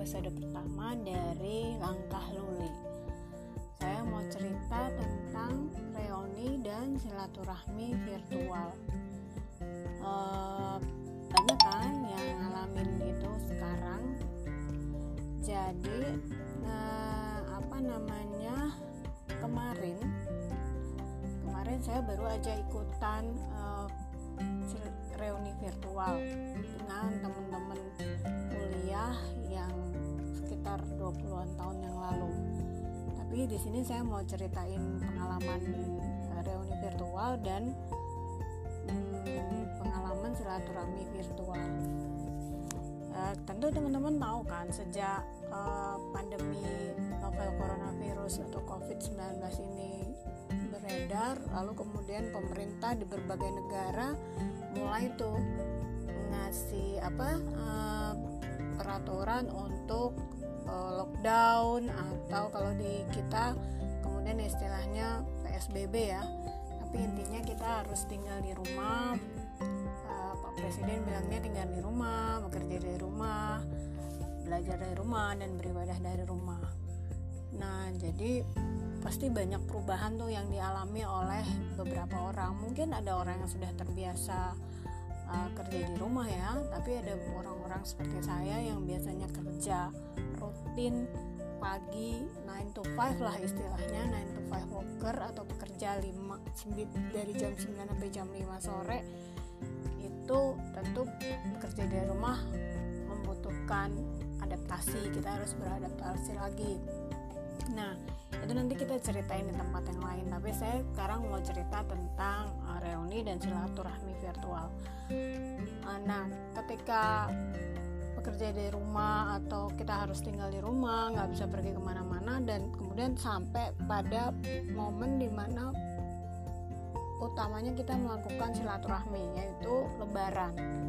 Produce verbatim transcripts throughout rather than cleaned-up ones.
episode pertama dari Langkah Luli. Saya mau cerita tentang reuni dan silaturahmi virtual. uh, Banyak kan yang ngalamin itu sekarang. Jadi uh, apa namanya kemarin kemarin saya baru aja ikutan uh, reuni virtual dengan teman-teman kuliah yang sekitar dua puluhan tahun yang lalu. Tapi di sini saya mau ceritain pengalaman reuni virtual dan hmm, pengalaman silaturahmi virtual. Uh, tentu teman-teman tahu kan sejak uh, pandemi novel coronavirus atau covid sembilan belas ini beredar, lalu kemudian pemerintah di berbagai negara mulai tuh ngasih apa uh, peraturan untuk uh, lockdown atau kalau di kita kemudian istilahnya P S B B ya. Tapi intinya kita harus tinggal di rumah. uh, Pak Presiden bilangnya tinggal di rumah, bekerja dari rumah, belajar dari rumah, dan beribadah dari rumah. Nah, jadi pasti banyak perubahan tuh yang dialami oleh beberapa orang. Mungkin ada orang yang sudah terbiasa uh, kerja di rumah ya, tapi ada orang-orang seperti saya yang biasanya kerja rutin pagi nine to five lah istilahnya, nine to five worker atau pekerja lima, dari jam sembilan sampai jam lima sore. Itu tentu bekerja dari rumah membutuhkan adaptasi, kita harus beradaptasi lagi. Nah, itu nanti kita ceritain di tempat yang lain, tapi saya sekarang mau cerita tentang uh, reuni dan silaturahmi virtual. Uh, nah, ketika bekerja dari rumah atau kita harus tinggal di rumah, nggak bisa pergi kemana-mana, dan kemudian sampai pada momen dimana utamanya kita melakukan silaturahmi, yaitu Lebaran.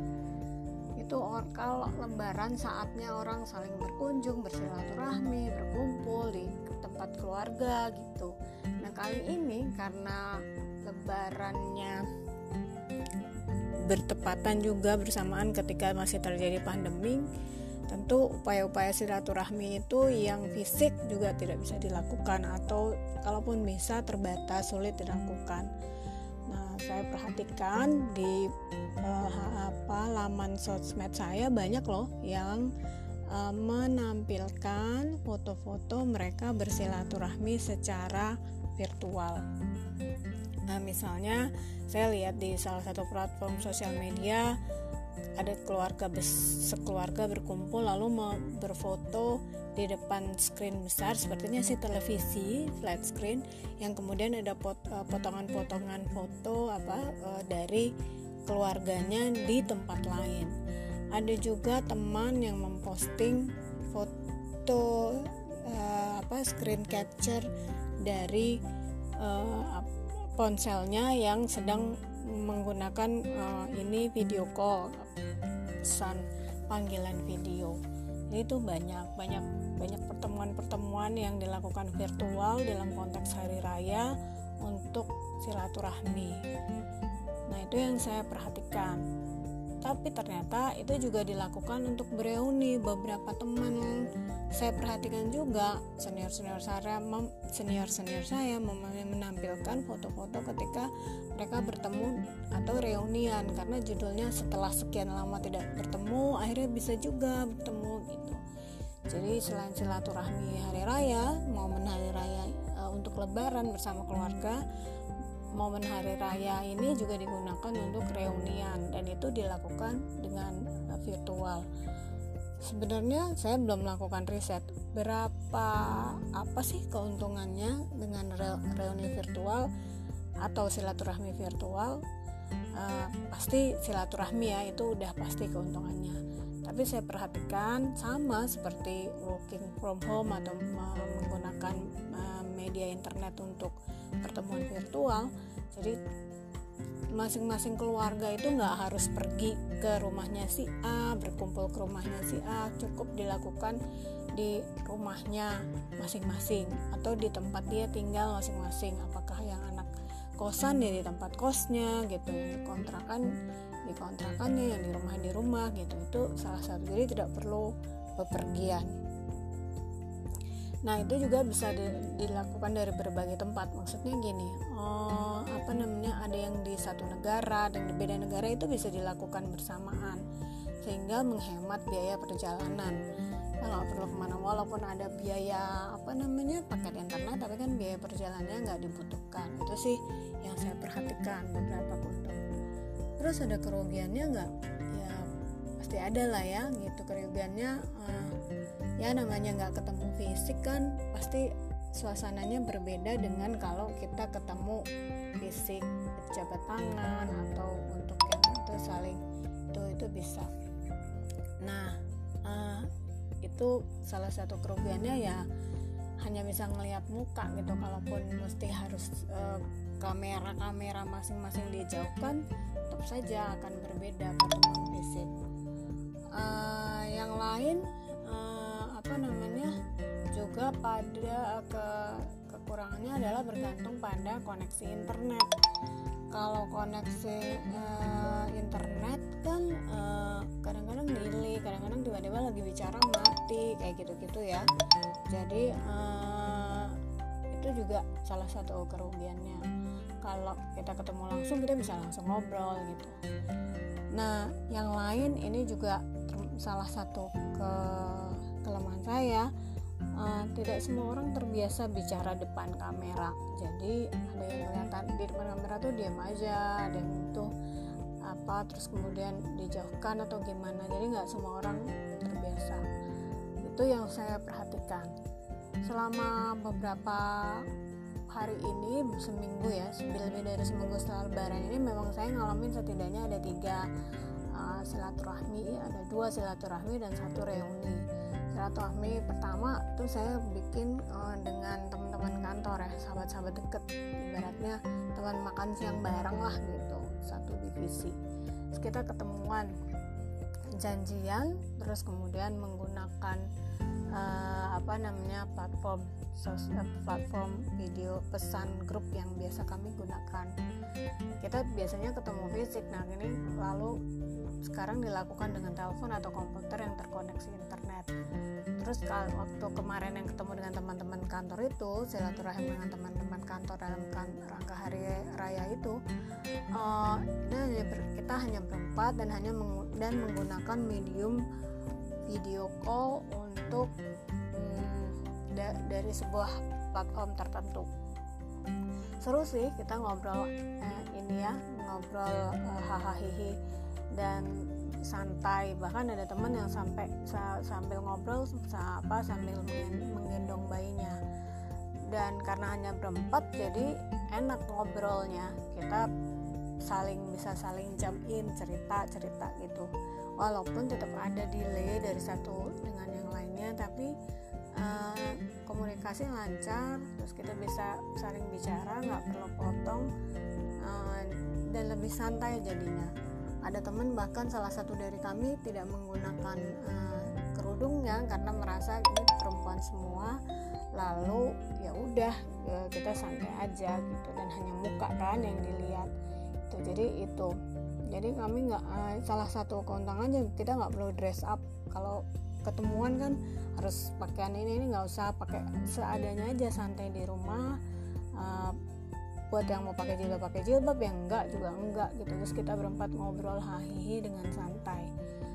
Itu or, kalau Lebaran saatnya orang saling berkunjung, bersilaturahmi, berkumpul di tempat keluarga gitu. Nah, kali ini karena Lebarannya bertepatan juga bersamaan ketika masih terjadi pandemi, tentu upaya-upaya silaturahmi itu yang fisik juga tidak bisa dilakukan, atau kalaupun bisa terbatas, sulit dilakukan. Nah, saya perhatikan di uh, apa laman sosmed saya banyak loh yang uh, menampilkan foto-foto mereka bersilaturahmi secara virtual. Nah, misalnya saya lihat di salah satu platform sosial media ada keluarga bes- sekeluarga berkumpul lalu berfoto di depan screen besar, sepertinya sih televisi flat screen, yang kemudian ada pot- potongan-potongan foto apa uh, dari keluarganya di tempat lain. Ada juga teman yang memposting foto uh, apa screen capture dari uh, ponselnya yang sedang menggunakan uh, ini video call, pesan panggilan video. Jadi itu banyak banyak banyak pertemuan-pertemuan yang dilakukan virtual dalam konteks hari raya untuk silaturahmi. Nah, itu yang saya perhatikan. Tapi ternyata itu juga dilakukan untuk bereuni. Beberapa teman saya perhatikan juga senior-senior saya, mem- senior-senior saya mem- menampilkan foto-foto ketika mereka bertemu atau reunian, karena judulnya setelah sekian lama tidak bertemu akhirnya bisa juga bertemu gitu. Jadi selain silaturahmi hari raya, momen hari raya e, untuk Lebaran bersama keluarga, momen hari raya ini juga digunakan untuk reunian, dan itu dilakukan dengan uh, virtual. Sebenarnya saya belum melakukan riset berapa apa sih keuntungannya dengan re- reuni virtual atau silaturahmi virtual. Uh, pasti silaturahmi ya, itu udah pasti keuntungannya. Tapi saya perhatikan sama seperti working from home atau uh, menggunakan uh, media internet untuk pertemuan virtual. Jadi masing-masing keluarga itu nggak harus pergi ke rumahnya si A, berkumpul ke rumahnya si A, cukup dilakukan di rumahnya masing-masing atau di tempat dia tinggal masing-masing. Apakah yang anak kosan ya di tempat kosnya gitu, yang dikontrakan di kontrakannya, yang di rumah di rumah gitu. Itu salah satu. Jadi tidak perlu bepergian. Nah itu juga bisa di, dilakukan dari berbagai tempat. Maksudnya gini, oh, apa namanya, ada yang di satu negara dan di beda negara itu bisa dilakukan bersamaan, sehingga menghemat biaya perjalanan. Kalau perlu kemana, walaupun ada biaya apa namanya paket internet, tapi kan biaya perjalanannya nggak dibutuhkan. Itu sih yang saya perhatikan beberapa keuntungan. Terus ada kerugiannya nggak? Ya pasti ada lah ya gitu kerugiannya. Uh, ya namanya nggak ketemu fisik kan pasti suasananya berbeda dengan kalau kita ketemu fisik, jabat tangan atau untuk yang itu saling itu itu bisa. Nah uh, itu salah satu kerugiannya ya hanya bisa ngelihat muka gitu. Kalaupun mesti harus uh, kamera-kamera masing-masing dijauhkan, tetap saja akan berbeda pertemuan fisik. Uh, yang lain uh, apa namanya juga pada ke kekurangannya adalah bergantung pada koneksi internet. Kalau koneksi uh, internet kan uh, kadang-kadang delay, kadang-kadang tiba-tiba lagi bicara mati kayak gitu-gitu ya. Jadi uh, itu juga salah satu kerugiannya. Kalau kita ketemu langsung kita bisa langsung ngobrol gitu. Nah, yang lain ini juga salah satu ke kelemahan saya. Uh, tidak semua orang terbiasa bicara depan kamera. Jadi ada yang kelihatan di depan kamera tuh diam aja, ada yang tuh apa terus kemudian dijauhkan atau gimana. Jadi nggak semua orang terbiasa. Itu yang saya perhatikan selama beberapa hari ini, seminggu ya, lebih dari seminggu setelah lebaran ini memang saya ngalamin setidaknya ada tiga uh, silaturahmi, ada dua silaturahmi dan satu reuni. Silaturahmi pertama tuh saya bikin uh, dengan teman-teman kantor ya, sahabat-sahabat deket, ibaratnya teman makan siang bareng lah gitu, satu divisi. Terus kita ketemuan, janjian, terus kemudian menggunakan uh, apa namanya platform sosial, platform video pesan grup yang biasa kami gunakan. Kita biasanya ketemu fisik, nah ini lalu sekarang dilakukan dengan telepon atau komputer yang terkoneksi internet. Terus kalau waktu kemarin yang ketemu dengan teman-teman kantor itu, silaturahim dengan teman-teman kantor dalam kan, rangka hari raya itu, uh, kita, hanya ber, kita hanya berempat dan hanya meng, dan menggunakan medium video call untuk hmm, da, dari sebuah platform tertentu. Seru sih, kita ngobrol eh, ini ya, ngobrol eh, hahaha dan santai. Bahkan ada teman yang sampai sa, sambil ngobrol sa, apa sambil menggendong bayinya. Dan karena hanya berempat jadi enak ngobrolnya. Kita saling bisa saling jump in, cerita-cerita gitu. Walaupun tetap ada delay dari satu dengan yang lainnya, tapi uh, komunikasi lancar, terus kita bisa saling bicara, nggak perlu potong, uh, dan lebih santai jadinya. Ada teman bahkan salah satu dari kami tidak menggunakan uh, kerudung ya, karena merasa ini perempuan semua, lalu ya udah ya kita santai aja gitu, dan hanya muka kan yang dilihat itu. Jadi itu jadi kami nggak uh, salah satu keuntungannya kita nggak perlu dress up. Kalau ketemuan kan harus pakaian ini ini nggak usah, pakai seadanya aja, santai di rumah. Uh, buat yang mau pakai jilbab pakai jilbab, yang enggak juga enggak gitu. Terus kita berempat ngobrol hahihi dengan santai.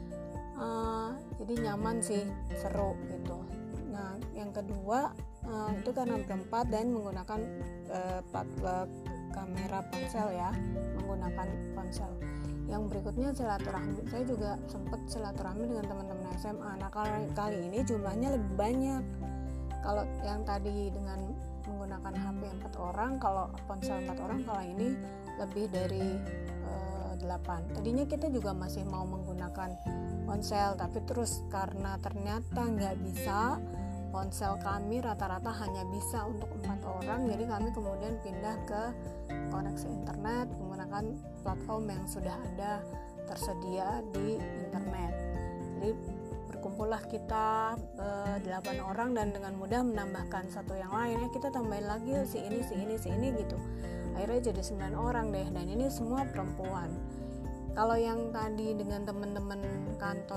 Uh, jadi nyaman sih, seru gitu. Nah yang kedua uh, itu karena berempat dan menggunakan uh, plat, uh, kamera ponsel ya, menggunakan ponsel. Yang berikutnya silaturahmi. Saya juga sempat silaturahmi dengan teman-teman S M A. Nah kali, kali ini jumlahnya lebih banyak. Kalau yang tadi dengan menggunakan H P empat orang, kalau ponsel empat orang, kalau ini lebih dari uh, delapan. Tadinya kita juga masih mau menggunakan ponsel, tapi terus karena ternyata nggak bisa, ponsel kami rata-rata hanya bisa untuk empat orang, jadi kami kemudian pindah ke koneksi internet menggunakan platform yang sudah ada tersedia di internet. Jadi berkumpullah kita eh, delapan orang dan dengan mudah menambahkan satu yang lain, ya kita tambahin lagi si ini si ini si ini gitu. Akhirnya jadi sembilan orang deh, dan ini semua perempuan. Kalau yang tadi dengan teman-teman kantor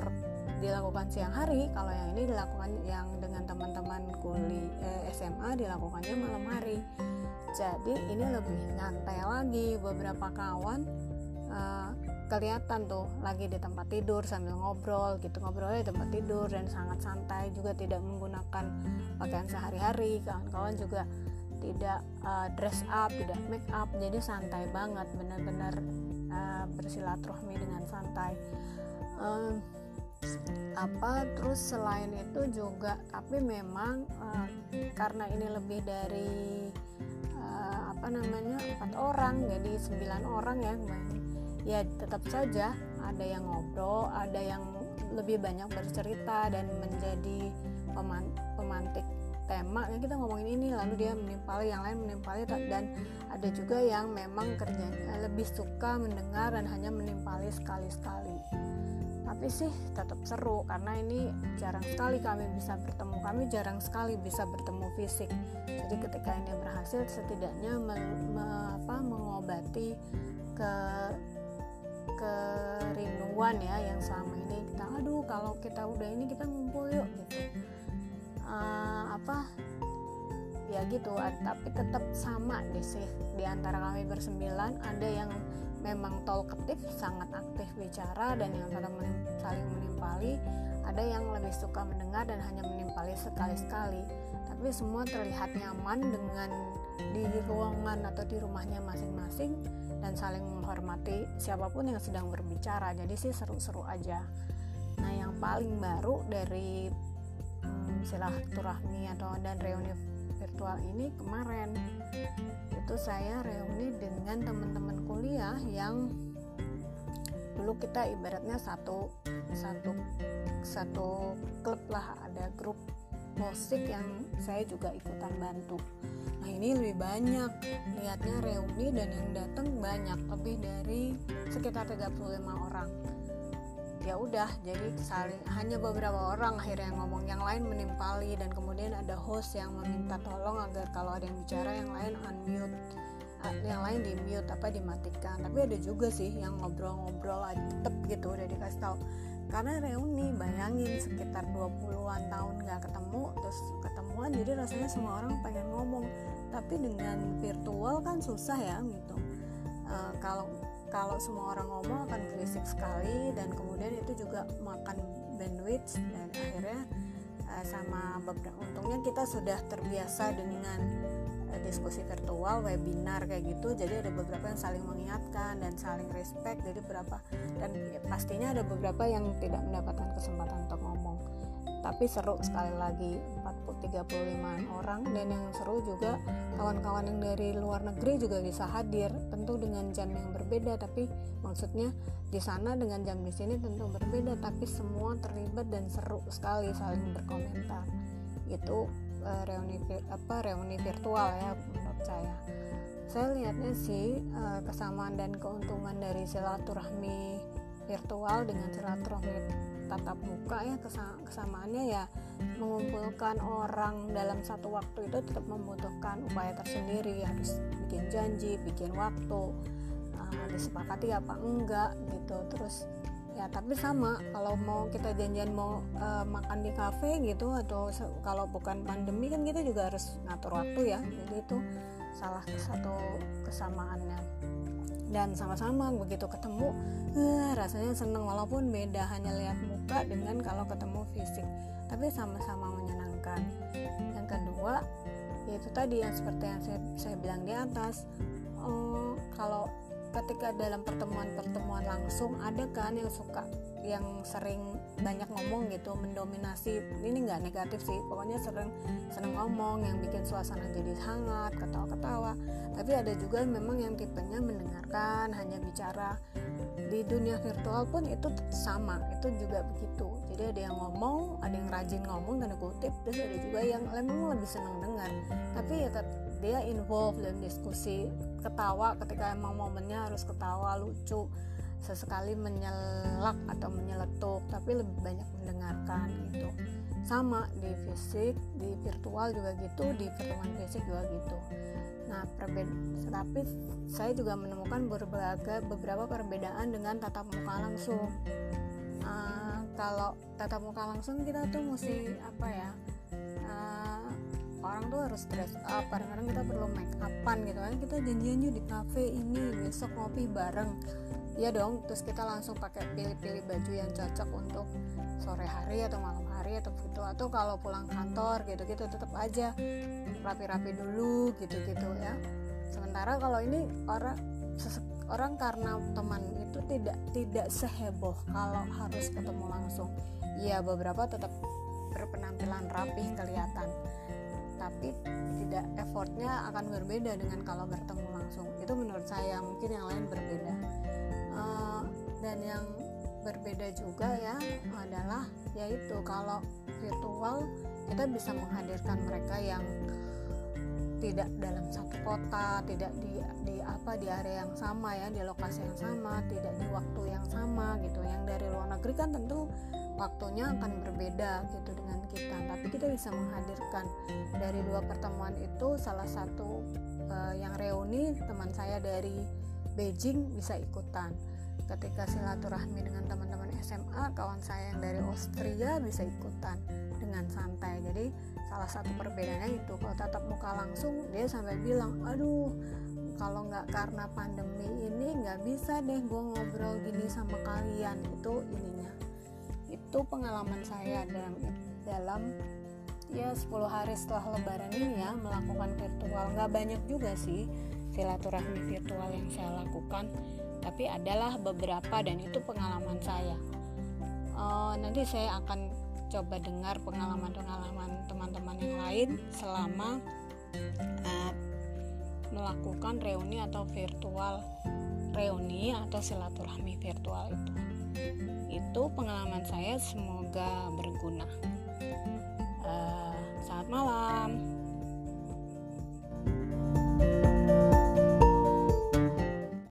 dilakukan siang hari, kalau yang ini dilakukan yang dengan teman-teman kuliah eh, S M A dilakukannya malam hari. Jadi ini lebih nyantai lagi. Beberapa kawan uh, kelihatan tuh lagi di tempat tidur sambil ngobrol gitu, ngobrolnya di tempat tidur dan sangat santai, juga tidak menggunakan pakaian sehari-hari. Kawan-kawan juga tidak uh, dress up, tidak make up, jadi santai banget, benar-benar uh, bersilaturahmi dengan santai. Uh, apa terus selain itu juga, tapi memang uh, karena ini lebih dari uh, apa namanya empat orang, jadi sembilan orang ya, ya tetap saja ada yang ngobrol, ada yang lebih banyak bercerita dan menjadi peman- pemantik tema. Ya kita ngomongin ini lalu dia menimpali, yang lain menimpali, dan ada juga yang memang kerjanya lebih suka mendengar dan hanya menimpali sekali-sekali. Tapi sih tetap seru karena ini jarang sekali kami bisa bertemu, kami jarang sekali bisa bertemu fisik. Jadi ketika ini berhasil, setidaknya me- me- apa, mengobati ke kerinduan ya yang selama ini kita, aduh kalau kita udah ini kita ngumpul yuk gitu. Uh, apa ya gitu, tapi tetap sama deh sih di antara kami bersembilan, ada yang memang talkative, sangat aktif bicara, dan yang saling, menim- saling menimpali, ada yang lebih suka mendengar dan hanya menimpali sekali-sekali. Tapi semua terlihat nyaman dengan di ruangan atau di rumahnya masing-masing dan saling menghormati siapapun yang sedang berbicara. Jadi sih seru-seru aja. Nah, yang paling baru dari hmm, silaturahmi atau dan reuni virtual ini kemarin itu saya reuni dengan teman-teman kuliah yang dulu kita ibaratnya satu satu satu klub lah, ada grup musik yang saya juga ikutan bantu. Nah ini lebih banyak lihatnya reuni dan yang datang banyak, lebih dari sekitar tiga puluh lima orang. Ya udah, jadi saling, hanya beberapa orang akhirnya yang ngomong, yang lain menimpali, dan kemudian ada host yang meminta tolong agar kalau ada yang bicara yang lain unmute, yang lain di mute apa dimatikan. Tapi ada juga sih yang ngobrol-ngobrol tetep gitu, udah dikasih tahu. Karena reuni, bayangin sekitar dua puluhan tahun gak ketemu, terus ketemuan, jadi rasanya semua orang pengen ngomong. Tapi dengan virtual kan susah ya gitu. Uh, kalau kalau semua orang ngomong akan berisik sekali, dan kemudian itu juga makan bandwidth, dan akhirnya uh, sama beberapa, untungnya kita sudah terbiasa dengan uh, diskusi virtual, webinar kayak gitu, jadi ada beberapa yang saling mengingatkan dan saling respect, jadi berapa, dan ya, pastinya ada beberapa yang tidak mendapatkan kesempatan untuk ngomong. Tapi seru sekali lagi, empat puluh tiga puluh lima orang, dan yang seru juga kawan-kawan yang dari luar negeri juga bisa hadir, tentu dengan jam yang berbeda, tapi maksudnya di sana dengan jam di sini tentu berbeda, tapi semua terlibat dan seru sekali saling berkomentar. Itu uh, reuni apa reuni virtual ya menurut saya. Saya lihatnya sih uh, kesamaan dan keuntungan dari silaturahmi virtual dengan silaturahmi tatap muka ya, kesamaannya ya mengumpulkan orang dalam satu waktu itu tetap membutuhkan upaya tersendiri, harus bikin janji, bikin waktu, uh, disepakati apa enggak gitu. Terus ya tapi sama kalau mau kita janjian mau uh, makan di kafe gitu, atau se- kalau bukan pandemi kan kita juga harus ngatur waktu ya, jadi itu salah satu kesamaannya. Dan sama-sama begitu ketemu uh, rasanya seneng, walaupun beda hanya lihat muka dengan kalau ketemu fisik, tapi sama-sama menyenangkan. Yang kedua yaitu tadi yang seperti yang saya, saya bilang di atas, oh, kalau ketika dalam pertemuan-pertemuan langsung ada kan yang suka, yang sering banyak ngomong gitu, mendominasi. Ini nggak negatif sih, pokoknya sering seneng ngomong yang bikin suasana jadi hangat, ketawa-ketawa. Tapi ada juga memang yang tipenya mendengarkan, hanya bicara. Di dunia virtual pun itu sama, itu juga begitu. Jadi ada yang ngomong, ada yang rajin ngomong tanda kutip, terus ada juga yang memang lebih senang dengar, tapi ya dia involve dalam diskusi, ketawa ketika emang momennya harus ketawa, lucu, sesekali menyelak atau menyeletuk, tapi lebih banyak mendengarkan gitu. Sama di fisik, di virtual juga gitu, di pertemuan fisik juga gitu. Nah, perbeda- tapi saya juga menemukan berbagai beberapa perbedaan dengan tatap muka langsung. Uh, kalau tatap muka langsung kita tuh mesti apa ya, uh, orang tuh harus dress up, kadang-kadang kita perlu make upan gitu kan, kita janjian yuk di cafe ini besok ngopi bareng, ya dong, terus kita langsung pakai pilih-pilih baju yang cocok untuk sore hari atau malam hari atau gitu, atau kalau pulang kantor gitu-gitu tetap aja rapi-rapi dulu gitu-gitu ya. Sementara kalau ini orang orang karena teman itu tidak tidak seheboh kalau harus ketemu langsung. Iya, beberapa tetap berpenampilan rapih kelihatan, tapi tidak, effortnya akan berbeda dengan kalau bertemu langsung. Itu menurut saya, mungkin yang lain berbeda. Uh, dan yang berbeda juga ya adalah yaitu kalau virtual kita bisa menghadirkan mereka yang tidak dalam satu kota, tidak di di apa di area yang sama ya, di lokasi yang sama, tidak di waktu yang sama gitu. Yang dari luar negeri kan tentu waktunya akan berbeda gitu dengan kita, tapi kita bisa menghadirkan dari dua pertemuan itu. Salah satu uh, yang reuni, teman saya dari Beijing bisa ikutan. Ketika silaturahmi dengan teman-teman S M A, kawan saya yang dari Austria bisa ikutan dengan santai. Jadi salah satu perbedaannya itu, kalau tatap muka langsung dia sampai bilang, aduh kalau nggak karena pandemi ini nggak bisa deh gue ngobrol gini sama kalian. Itu ininya, itu pengalaman saya dalam dalam ya sepuluh hari setelah lebaran ini ya, melakukan virtual. Nggak banyak juga sih silaturahmi virtual yang saya lakukan, tapi adalah beberapa dan itu pengalaman saya. Uh, nanti saya akan coba dengar pengalaman-pengalaman teman-teman yang lain selama uh, melakukan reuni atau virtual reuni atau silaturahmi virtual itu. Itu pengalaman saya, semoga berguna. Uh, selamat malam.